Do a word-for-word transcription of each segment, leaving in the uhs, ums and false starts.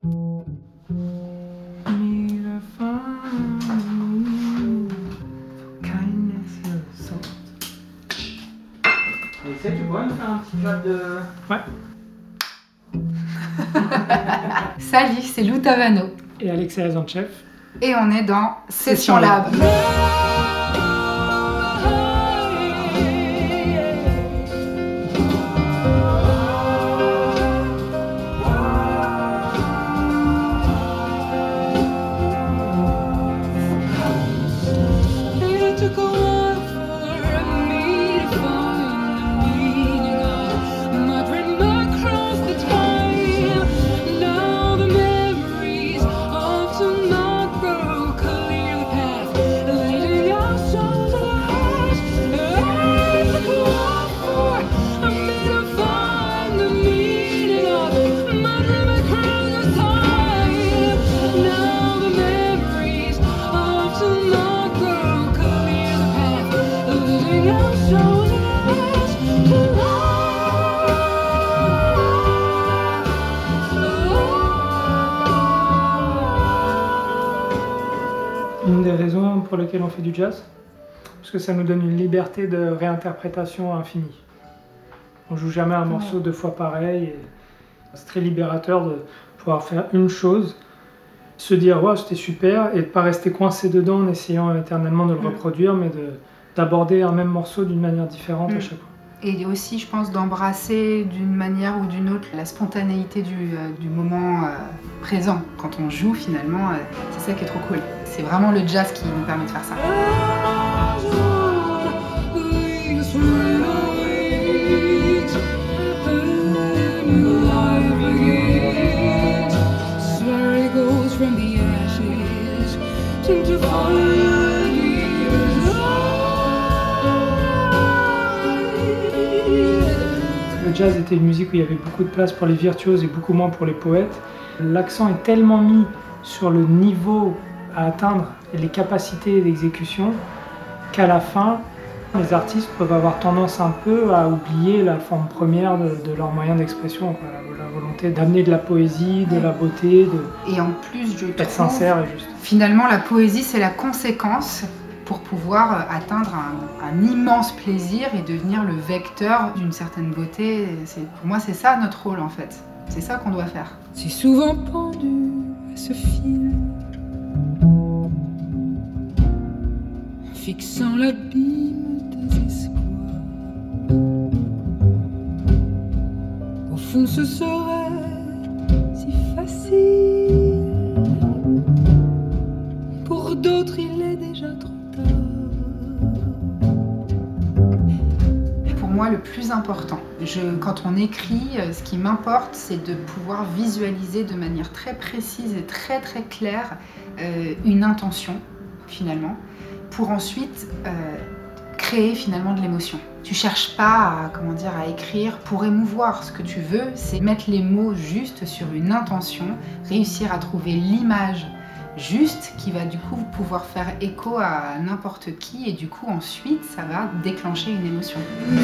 Tu pourrais me faire un petit job de... Ouais. Salut, c'est Lou Tavano. Et Alexia Zanchev. Et on est dans Session Lab. Une des raisons pour lesquelles on fait du jazz, parce que ça nous donne une liberté de réinterprétation infinie. On joue jamais un morceau deux fois pareil. Et c'est très libérateur de pouvoir faire une chose, se dire ouais, c'était super, et de pas rester coincé dedans en essayant éternellement de le reproduire, mais de, d'aborder un même morceau d'une manière différente mmh. à chaque fois. Et aussi, je pense, d'embrasser d'une manière ou d'une autre la spontanéité du, euh, du moment euh, présent. Quand on joue, finalement, euh, c'est ça qui est trop cool. C'est vraiment le jazz qui nous permet de faire ça. Le jazz était une musique où il y avait beaucoup de place pour les virtuoses et beaucoup moins pour les poètes. L'accent est tellement mis sur le niveau à atteindre et les capacités d'exécution qu'à la fin, les artistes peuvent avoir tendance un peu à oublier la forme première de, de leur moyen d'expression, quoi. La, la volonté d'amener de la poésie, de la beauté, de et en plus, je être sincère et juste. Finalement, la poésie, c'est la conséquence pour pouvoir atteindre un, un immense plaisir et devenir le vecteur d'une certaine beauté. C'est, pour moi, c'est ça notre rôle en fait. C'est ça qu'on doit faire. Si souvent pendu à ce fil, fixant l'abîme des espoirs, au fond ce serait si facile, pour d'autres il est déjà trop tard. Pour moi, le plus important, je, quand on écrit, ce qui m'importe, c'est de pouvoir visualiser de manière très précise et très très claire euh, une intention, finalement, pour ensuite euh, créer finalement de l'émotion. Tu cherches pas à, comment dire, à écrire pour émouvoir. Ce que tu veux, c'est mettre les mots juste sur une intention, réussir à trouver l'image juste qui va du coup pouvoir faire écho à n'importe qui et du coup ensuite ça va déclencher une émotion.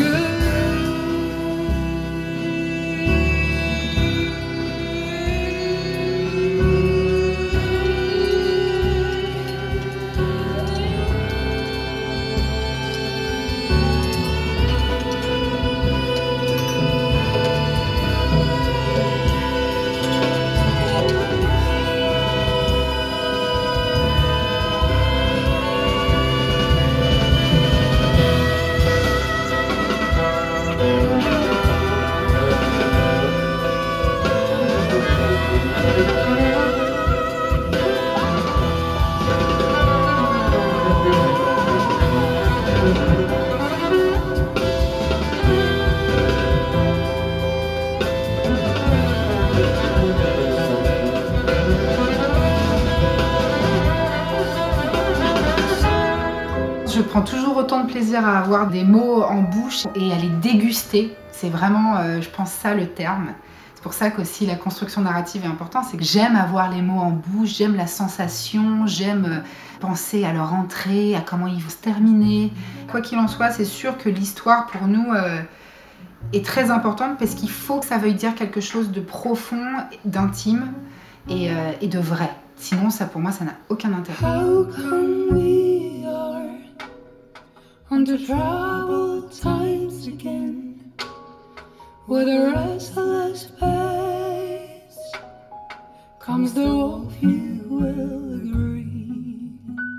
Je prends toujours autant de plaisir à avoir des mots en bouche et à les déguster. C'est vraiment, euh, je pense, ça le terme. C'est pour ça qu'aussi la construction narrative est importante, c'est que j'aime avoir les mots en bouche, j'aime la sensation, j'aime penser à leur entrée, à comment ils vont se terminer. Quoi qu'il en soit, c'est sûr que l'histoire pour nous euh, est très importante parce qu'il faut que ça veuille dire quelque chose de profond, d'intime. et, euh, et de vrai. Sinon, ça, pour moi, ça n'a aucun intérêt. How come we are on the troubled times again, with a restless pace comes the wolf, you will agree,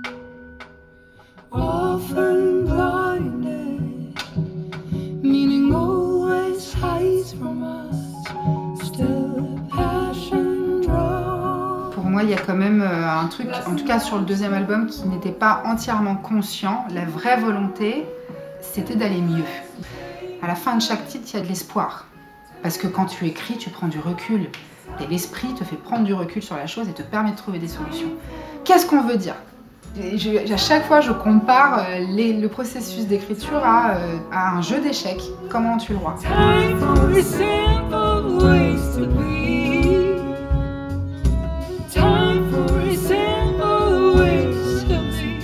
often blinded, meaning always hides from us, still passion draws. Pour moi, il y a quand même euh, un truc, en tout cas sur le deuxième album, qui n'était pas entièrement conscient. La vraie volonté, c'était d'aller mieux. À la fin de chaque titre, il y a de l'espoir. Parce que quand tu écris, tu prends du recul. Et l'esprit te fait prendre du recul sur la chose et te permet de trouver des solutions. Qu'est-ce qu'on veut dire ? Et je, à chaque fois, je compare euh, les, le processus d'écriture à, euh, à un jeu d'échecs. Comment tu le vois ? Time for a simple ways to be. Time for a simple ways to be.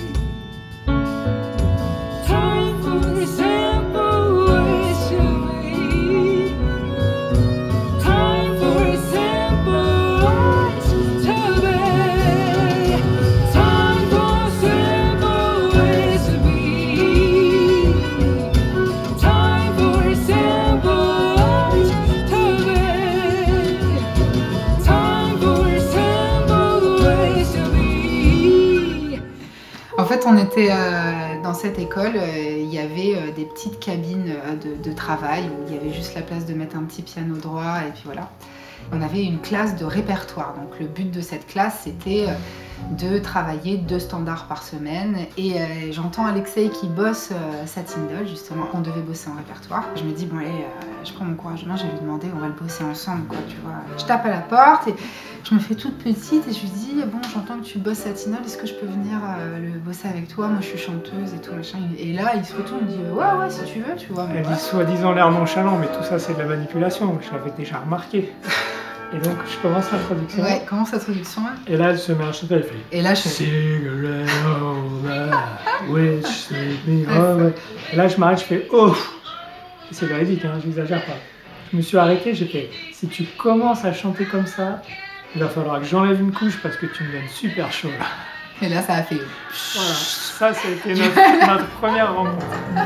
Time for a simple ways to be. Time for a simple ways to be. Time for simple ways to be. Time for a simple ways to be. Time for a simple ways to be. En fait, on était euh, dans cette école, euh, il y avait euh, des petites cabines euh, de, de travail où il y avait juste la place de mettre un petit piano droit et puis voilà. On avait une classe de répertoire, donc le but de cette classe c'était euh, de travailler deux standards par semaine et euh, j'entends Alexei qui bosse euh, sa Tindall justement, on devait bosser en répertoire. Je me dis bon allez, euh, je prends mon courage demain, je vais lui demander, on va le bosser ensemble quoi, tu vois. Je tape à la porte et je me fais toute petite et je lui dis bon j'entends que tu bosses sa Tindall, est-ce que je peux venir euh, le bosser avec toi, moi je suis chanteuse et tout machin. Et là il se retourne, il me dit ouais ouais si tu veux tu vois. Mais Elle ouais. dit soi-disant l'air nonchalant, mais tout ça c'est de la manipulation, je l'avais déjà remarqué. Et donc je commence l'introduction. Ouais, commence la traduction. Et là elle se met à chanter, elle fait Et là je fais Cigarette, oh, that witch, save me, oh, ouais. Et là je m'arrête, je fais oh. Et c'est véridique, hein, j'exagère pas. Je me suis arrêté, j'ai fait si tu commences à chanter comme ça, il va falloir que j'enlève une couche parce que tu me donnes super chaud là. et là ça a fait Voilà, ça c'était notre, notre première rencontre.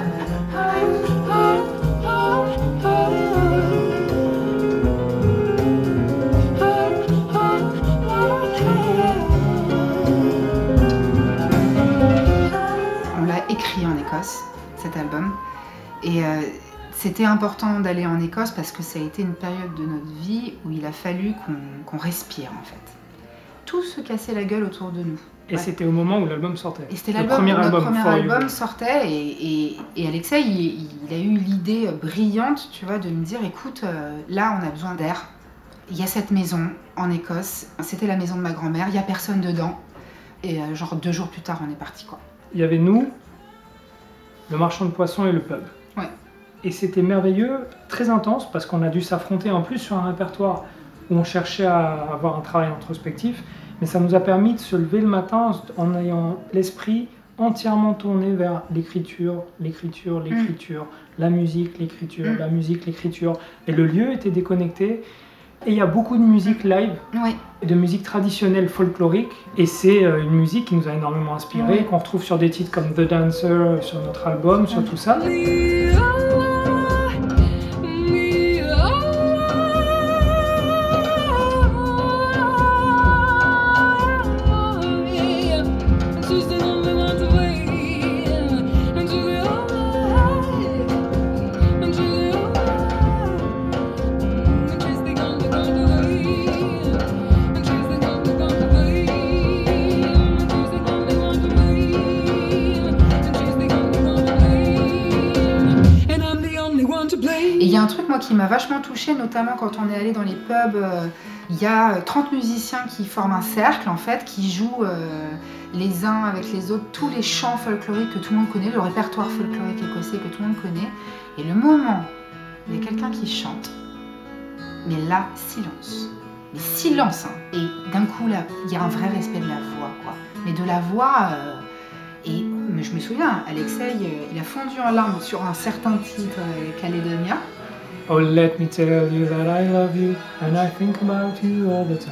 On l'a écrit en Écosse, cet album. Et euh, c'était important d'aller en Écosse parce que ça a été une période de notre vie où il a fallu qu'on qu'on respire en fait. Tout se cassait la gueule autour de nous. Et Ouais. c'était au moment où l'album sortait. Et c'était Le l'album, premier notre album, premier For You. album sortait et, et, et Alexei, il, il a eu l'idée brillante, tu vois, de me dire, écoute, euh, là on a besoin d'air. Il y a cette maison en Écosse, c'était la maison de ma grand-mère, il y a personne dedans. Et euh, genre deux jours plus tard, on est parti quoi. Il y avait nous, le marchand de poissons et le pub. Ouais. Et c'était merveilleux, très intense, parce qu'on a dû s'affronter en plus sur un répertoire où on cherchait à avoir un travail introspectif, mais ça nous a permis de se lever le matin en ayant l'esprit entièrement tourné vers l'écriture, l'écriture, l'écriture, mmh. la musique, l'écriture, mmh. la musique, l'écriture. Et le lieu était déconnecté. Et il y a beaucoup de musique live, Oui. de musique traditionnelle folklorique, et c'est une musique qui nous a énormément inspiré, oui. qu'on retrouve sur des titres comme The Dancer, sur notre album, sur tout ça. Et il y a un truc moi qui m'a vachement touchée, notamment quand on est allé dans les pubs, euh, il y a trente musiciens qui forment un cercle en fait, qui jouent euh, les uns avec les autres tous les chants folkloriques que tout le monde connaît, le répertoire folklorique écossais que tout le monde connaît. Et le moment où il y a quelqu'un qui chante, mais là, silence. Mais silence, hein. Et d'un coup là, il y a un vrai respect de la voix, quoi. Mais de la voix... Euh, Et mais je me souviens, Alexei, il a fondu en larmes sur un certain titre, euh, Caledonia. Oh, let me tell you that I love you and I think about you all the time.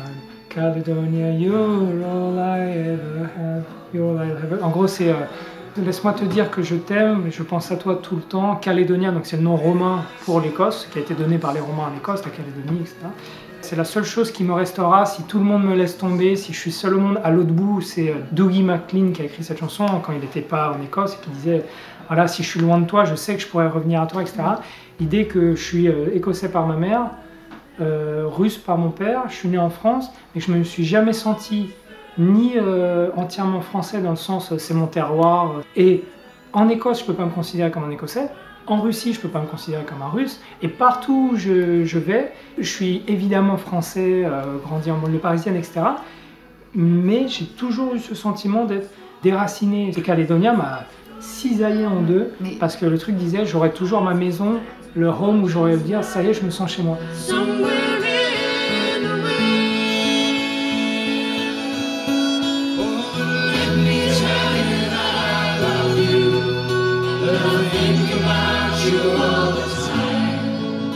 Caledonia, you're all I ever have, you're all I ever. En gros, c'est euh, laisse-moi te dire que je t'aime, je pense à toi tout le temps. Caledonia, donc c'est le nom romain pour l'Écosse, qui a été donné par les Romains en Écosse, la Calédonie, et cetera. C'est la seule chose qui me restera si tout le monde me laisse tomber, si je suis seul au monde. À l'autre bout, c'est Dougie MacLean qui a écrit cette chanson quand il n'était pas en Écosse et qui disait voilà, si je suis loin de toi, je sais que je pourrais revenir à toi, et cetera. L'idée que je suis euh, écossais par ma mère, euh, russe par mon père, je suis né en France, mais je me suis jamais senti ni euh, entièrement français dans le sens euh, c'est mon terroir. Et en Écosse, je peux pas me considérer comme un Écossais. En Russie, je ne peux pas me considérer comme un Russe. Et partout où je, je vais, je suis évidemment français, euh, grandi en banlieue parisienne, et cetera. Mais j'ai toujours eu ce sentiment d'être déraciné. Et Caledonia m'a cisaillé en deux, Mais- parce que le truc disait, j'aurais toujours ma maison, le home où j'aurais pu dire, ça y est, je me sens chez moi. Somewhere in the rain. Oh, let me tell you that I love you. That I think about you all the time.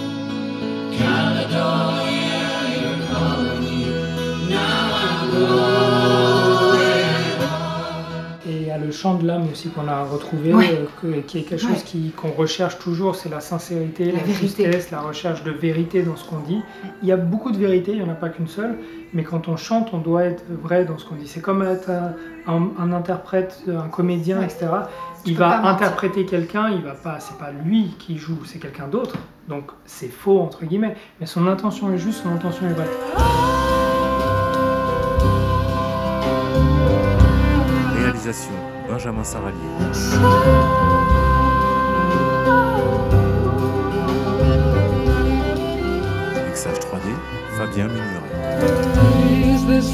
Caledonia, you're calling me. Now I'm going home. Et il y a le chant de l'âme aussi qu'on a retrouvé, Ouais. euh, que- qui est quelque chose Ouais. qui- qu'on recherche toujours, c'est la sincérité, La la, vérité. justesse, la recherche de vérité dans ce qu'on dit. Il y a beaucoup de vérité, il n'y en a pas qu'une seule, mais quand on chante, on doit être vrai dans ce qu'on dit. C'est comme être un, un- un interprète, un comédien, Ouais. et cetera. Tu Il peux pas va mentir. interpréter quelqu'un, il va pas, c'est pas lui qui joue, c'est quelqu'un d'autre. Donc c'est faux entre guillemets, mais son intention est juste, son intention est vraie. Réalisation Benjamin Saralier. Mixage trois D Fabien Mignoret. Is this